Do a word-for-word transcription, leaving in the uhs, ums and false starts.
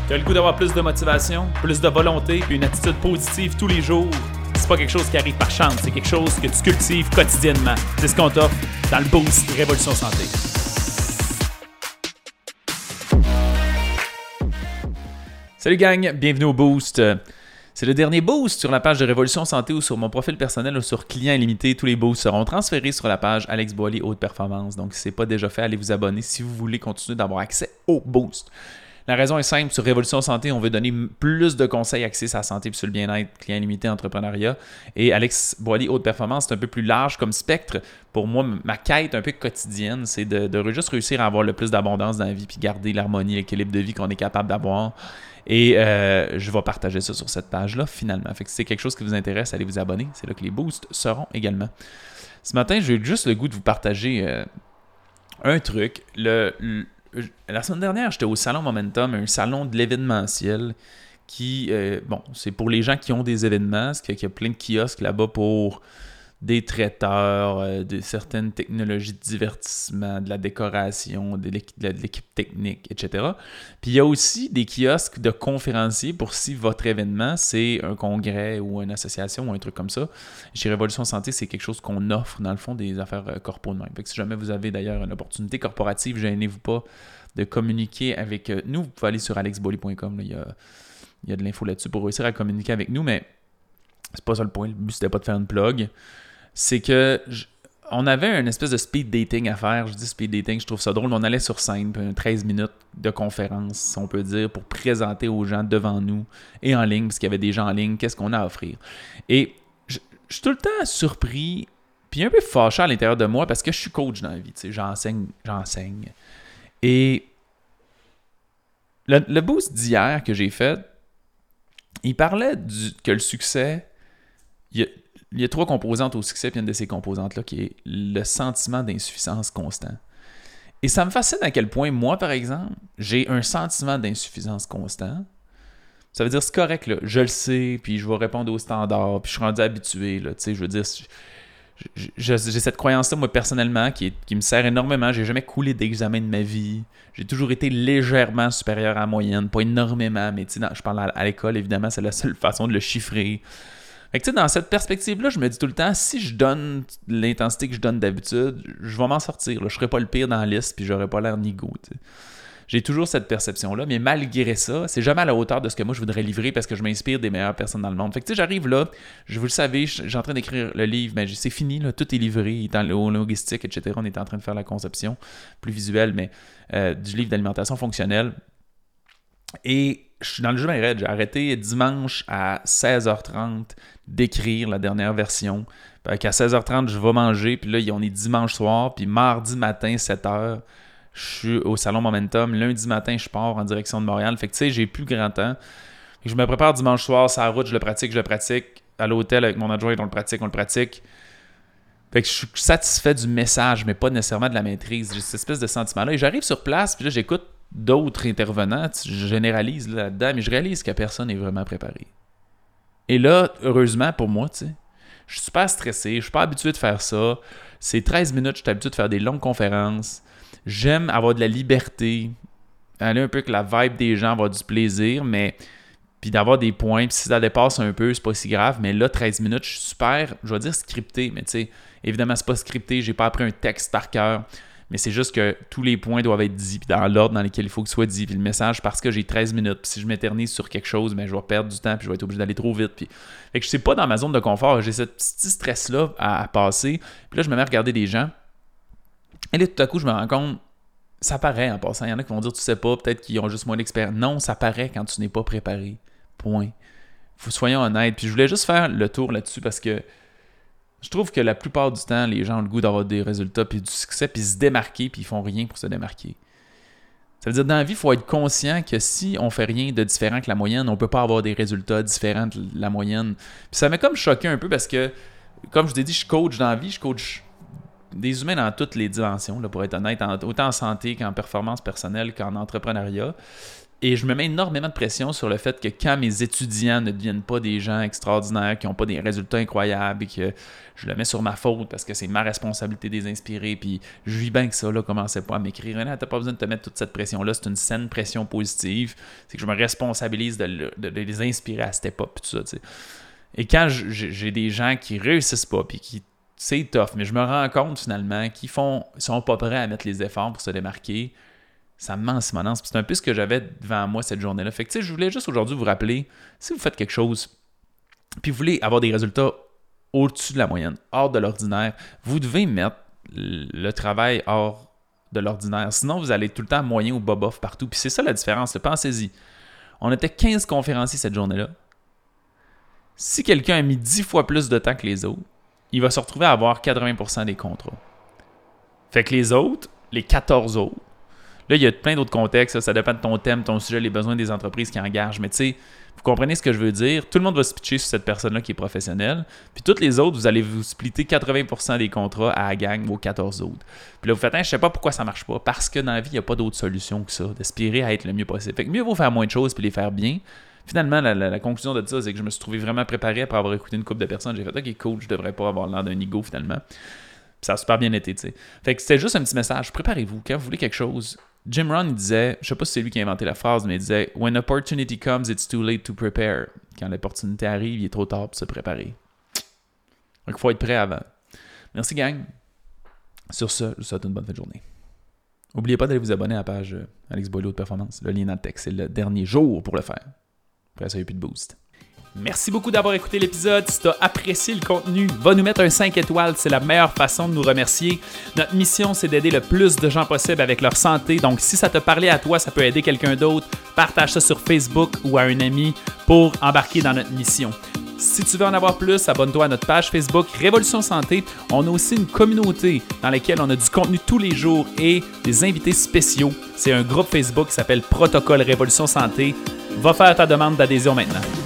Tu as le goût d'avoir plus de motivation, plus de volonté, puis une attitude positive tous les jours. C'est pas quelque chose qui arrive par chance, c'est quelque chose que tu cultives quotidiennement. C'est ce qu'on t'offre dans le Boost Révolution Santé. Salut gang, bienvenue au Boost. C'est le dernier boost sur la page de Révolution Santé ou sur mon profil personnel ou sur Client Illimité. Tous les boosts seront transférés sur la page Alex Boily Haute Performance. Donc, si ce n'est pas déjà fait, allez vous abonner si vous voulez continuer d'avoir accès au boost. La raison est simple, sur Révolution Santé, on veut donner plus de conseils axés sur la santé et sur le bien-être, client limité, entrepreneuriat. Et Alex Boily Haute Performance, c'est un peu plus large comme spectre. Pour moi, ma quête un peu quotidienne, c'est de, de juste réussir à avoir le plus d'abondance dans la vie puis garder l'harmonie, l'équilibre de vie qu'on est capable d'avoir. Et euh, je vais partager ça sur cette page-là, finalement. Fait que si c'est quelque chose qui vous intéresse, allez vous abonner. C'est là que les boosts seront également. Ce matin, j'ai juste le goût de vous partager euh, un truc. Le... le La semaine dernière, j'étais au Salon Momentum, un salon de l'événementiel qui, euh, bon, c'est pour les gens qui ont des événements, parce qu'il y a plein de kiosques là-bas pour des traiteurs, euh, de certaines technologies de divertissement, de la décoration, de l'équipe, de l'équipe technique, et cetera. Puis il y a aussi des kiosques de conférenciers pour si votre événement, c'est un congrès ou une association ou un truc comme ça. Chez Révolution Santé, c'est quelque chose qu'on offre, dans le fond, des affaires euh, corpo de même. Fait que si jamais vous avez d'ailleurs une opportunité corporative, gênez-vous pas de communiquer avec euh, nous. Vous pouvez aller sur alex boily point com, là, il y a, il y a de l'info là-dessus pour réussir à communiquer avec nous, mais c'est pas ça le point. Le but, c'était pas de faire une plug. C'est que je, on avait une espèce de speed dating à faire. Je dis speed dating, je trouve ça drôle. On allait sur scène, treize minutes de conférence, si on peut dire, pour présenter aux gens devant nous et en ligne, parce qu'il y avait des gens en ligne, qu'est-ce qu'on a à offrir. Et je, je suis tout le temps surpris, puis un peu fâché à l'intérieur de moi, parce que je suis coach dans la vie. Tu sais, j'enseigne, j'enseigne. Et le, le boost d'hier que j'ai fait, il parlait du, que le succès, il y a, il y a trois composantes au succès, puis une de ces composantes-là qui est le sentiment d'insuffisance constant. Et ça me fascine à quel point, moi, par exemple, j'ai un sentiment d'insuffisance constant. Ça veut dire, c'est correct, là, je le sais, puis je vais répondre aux standards, puis je suis rendu habitué, là, tu sais, je veux dire, je, je, j'ai cette croyance-là, moi, personnellement, qui, est, qui me sert énormément. J'ai jamais coulé d'examen de ma vie. J'ai toujours été légèrement supérieur à la moyenne, pas énormément, mais tu sais, je parle à, à l'école, évidemment, c'est la seule façon de le chiffrer. Fait que tu sais, dans cette perspective-là, je me dis tout le temps, si je donne l'intensité que je donne d'habitude, je vais m'en sortir. Là. Je serai pas le pire dans la liste, puis j'aurai pas l'air nigo. T'sais. J'ai toujours cette perception-là, mais malgré ça, c'est jamais à la hauteur de ce que moi je voudrais livrer parce que je m'inspire des meilleures personnes dans le monde. Fait que tu sais, j'arrive là, je vous le savez, je suis en train d'écrire le livre, mais c'est fini, là, tout est livré, il est en logistique, et cetera. On est en train de faire la conception plus visuelle, mais euh, du livre d'alimentation fonctionnelle. Et je suis dans le jeu bien raide. J'ai arrêté dimanche à seize heures trente d'écrire la dernière version. Fait qu'à seize heures trente, je vais manger. Puis là, on est dimanche soir. Puis mardi matin, sept heures, je suis au Salon Momentum. Lundi matin, je pars en direction de Montréal. Fait que tu sais, j'ai plus grand temps. Fait que je me prépare dimanche soir, sur la route, je le pratique, je le pratique. À l'hôtel, avec mon adjoint, on le pratique, on le pratique. Fait que je suis satisfait du message, mais pas nécessairement de la maîtrise. J'ai cette espèce de sentiment-là. Et j'arrive sur place, puis là, j'écoute d'autres intervenants, je généralise là-dedans, mais je réalise que personne n'est vraiment préparé. Et là, heureusement pour moi, tu sais, je suis super stressé, je suis pas habitué de faire ça. C'est treize minutes, je suis habitué de faire des longues conférences. J'aime avoir de la liberté, aller un peu avec la vibe des gens, avoir du plaisir, mais puis d'avoir des points. Puis si ça dépasse un peu, c'est pas si grave. Mais là, treize minutes, je suis super, je vais dire scripté, mais tu sais, évidemment, c'est pas scripté, j'ai pas appris un texte par cœur. Mais c'est juste que tous les points doivent être dits, puis dans l'ordre dans lequel il faut que ce soit dit, puis le message, parce que j'ai treize minutes, puis si je m'éternise sur quelque chose, ben, je vais perdre du temps, puis je vais être obligé d'aller trop vite. Puis... Fait que je suis pas dans ma zone de confort, j'ai ce petit stress-là à, à passer, puis là, je me mets à regarder des gens, et là, tout à coup, je me rends compte, ça paraît en passant, il y en a qui vont dire, tu sais pas, peut-être qu'ils ont juste moins d'expérience. Non, ça paraît quand tu n'es pas préparé, point. Faut, soyons honnêtes, puis je voulais juste faire le tour là-dessus, parce que je trouve que la plupart du temps, les gens ont le goût d'avoir des résultats, puis du succès, puis se démarquer, puis ils font rien pour se démarquer. Ça veut dire, dans la vie, il faut être conscient que si on fait rien de différent que la moyenne, on peut pas avoir des résultats différents de la moyenne. Puis ça m'a comme choqué un peu parce que, comme je t'ai dit, je coach dans la vie, je coach des humains dans toutes les dimensions, là, pour être honnête, en, autant en santé qu'en performance personnelle qu'en entrepreneuriat. Et je me mets énormément de pression sur le fait que quand mes étudiants ne deviennent pas des gens extraordinaires, qui n'ont pas des résultats incroyables, et que je le mets sur ma faute parce que c'est ma responsabilité de les inspirer, puis je vis bien que ça, là, commencez pas à m'écrire. Non, t'as pas besoin de te mettre toute cette pression-là, c'est une saine pression positive. C'est que je me responsabilise de, le, de, de les inspirer à step up, tout ça, tu sais. Et quand j'ai des gens qui réussissent pas, puis qui, c'est tough, mais je me rends compte finalement qu'ils font, sont pas prêts à mettre les efforts pour se démarquer, ça me ment en simonance. C'est un peu ce que j'avais devant moi cette journée-là. Fait que, tu sais, je voulais juste aujourd'hui vous rappeler, si vous faites quelque chose, puis vous voulez avoir des résultats au-dessus de la moyenne, hors de l'ordinaire, vous devez mettre le travail hors de l'ordinaire. Sinon, vous allez tout le temps moyen ou bobof partout. Puis c'est ça la différence. Pensez-y. On était quinze conférenciers cette journée-là. Si quelqu'un a mis dix fois plus de temps que les autres, il va se retrouver à avoir quatre-vingts pour cent des contrats. Fait que les autres, les quatorze autres, là, il y a plein d'autres contextes, ça dépend de ton thème, ton sujet, les besoins des entreprises qui engagent. Mais tu sais, vous comprenez ce que je veux dire? Tout le monde va se pitcher sur cette personne-là qui est professionnelle. Puis toutes les autres, vous allez vous splitter quatre-vingts pour cent des contrats à la gang aux quatorze autres. Puis là, vous faites, hein, je sais pas pourquoi ça marche pas. Parce que dans la vie, il n'y a pas d'autre solution que ça, d'aspirer à être le mieux possible. Fait que mieux vaut faire moins de choses puis les faire bien. Finalement, la, la, la conclusion de ça, c'est que je me suis trouvé vraiment préparé après avoir écouté une couple de personnes. J'ai fait, ok, cool, je devrais pas avoir l'air d'un ego finalement. Puis ça a super bien été, tu sais. Fait que c'était juste un petit message. Préparez-vous. Quand vous voulez quelque chose, Jim Rohn, il disait, je sais pas si c'est lui qui a inventé la phrase, mais il disait « When opportunity comes, it's too late to prepare ». Quand l'opportunité arrive, il est trop tard pour se préparer. Donc, il faut être prêt avant. Merci, gang. Sur ce, je vous souhaite une bonne fin de journée. N'oubliez pas d'aller vous abonner à la page Alex Boileau de Performance. Le lien dans le texte, c'est le dernier jour pour le faire. Après ça, il n'y a plus de boost. Merci beaucoup d'avoir écouté l'épisode. Si tu as apprécié le contenu, va nous mettre un cinq étoiles. C'est la meilleure façon de nous remercier. Notre mission, c'est d'aider le plus de gens possible avec leur santé. Donc, si ça t'a parlé à toi, ça peut aider quelqu'un d'autre. Partage ça sur Facebook ou à un ami pour embarquer dans notre mission. Si tu veux en avoir plus, abonne-toi à notre page Facebook Révolution Santé. On a aussi une communauté dans laquelle on a du contenu tous les jours et des invités spéciaux. C'est un groupe Facebook qui s'appelle Protocole Révolution Santé. Va faire ta demande d'adhésion maintenant.